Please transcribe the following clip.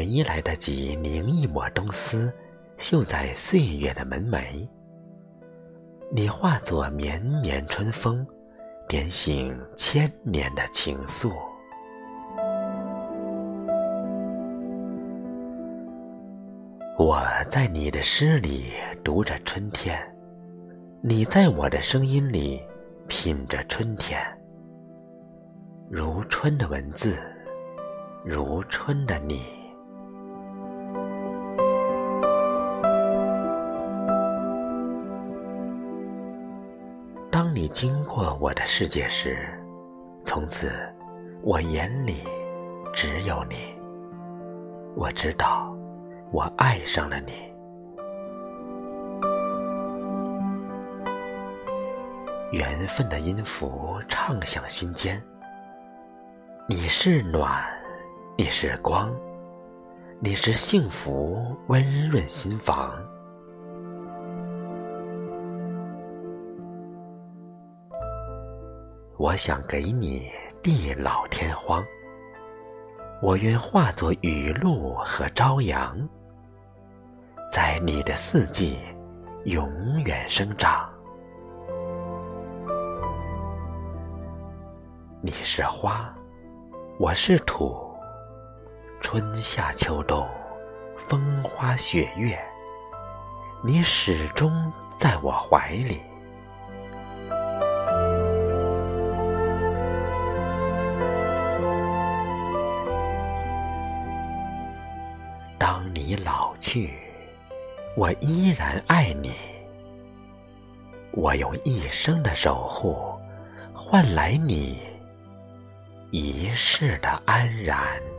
没来得及凝一抹冬丝，绣在岁月的门楣，你化作绵绵春风，点醒千年的情愫。我在你的诗里读着春天，你在我的声音里品着春天。如春的文字，如春的你。当你经过我的世界时，从此我眼里只有你。我知道我爱上了你。缘分的音符唱响心间，你是暖，你是光，你是幸福温润心房。我想给你地老天荒，我愿化作雨露和朝阳，在你的四季永远生长。你是花，我是土，春夏秋冬，风花雪月，你始终在我怀里。当你老去，我依然爱你。我用一生的守护，换来你一世的安然。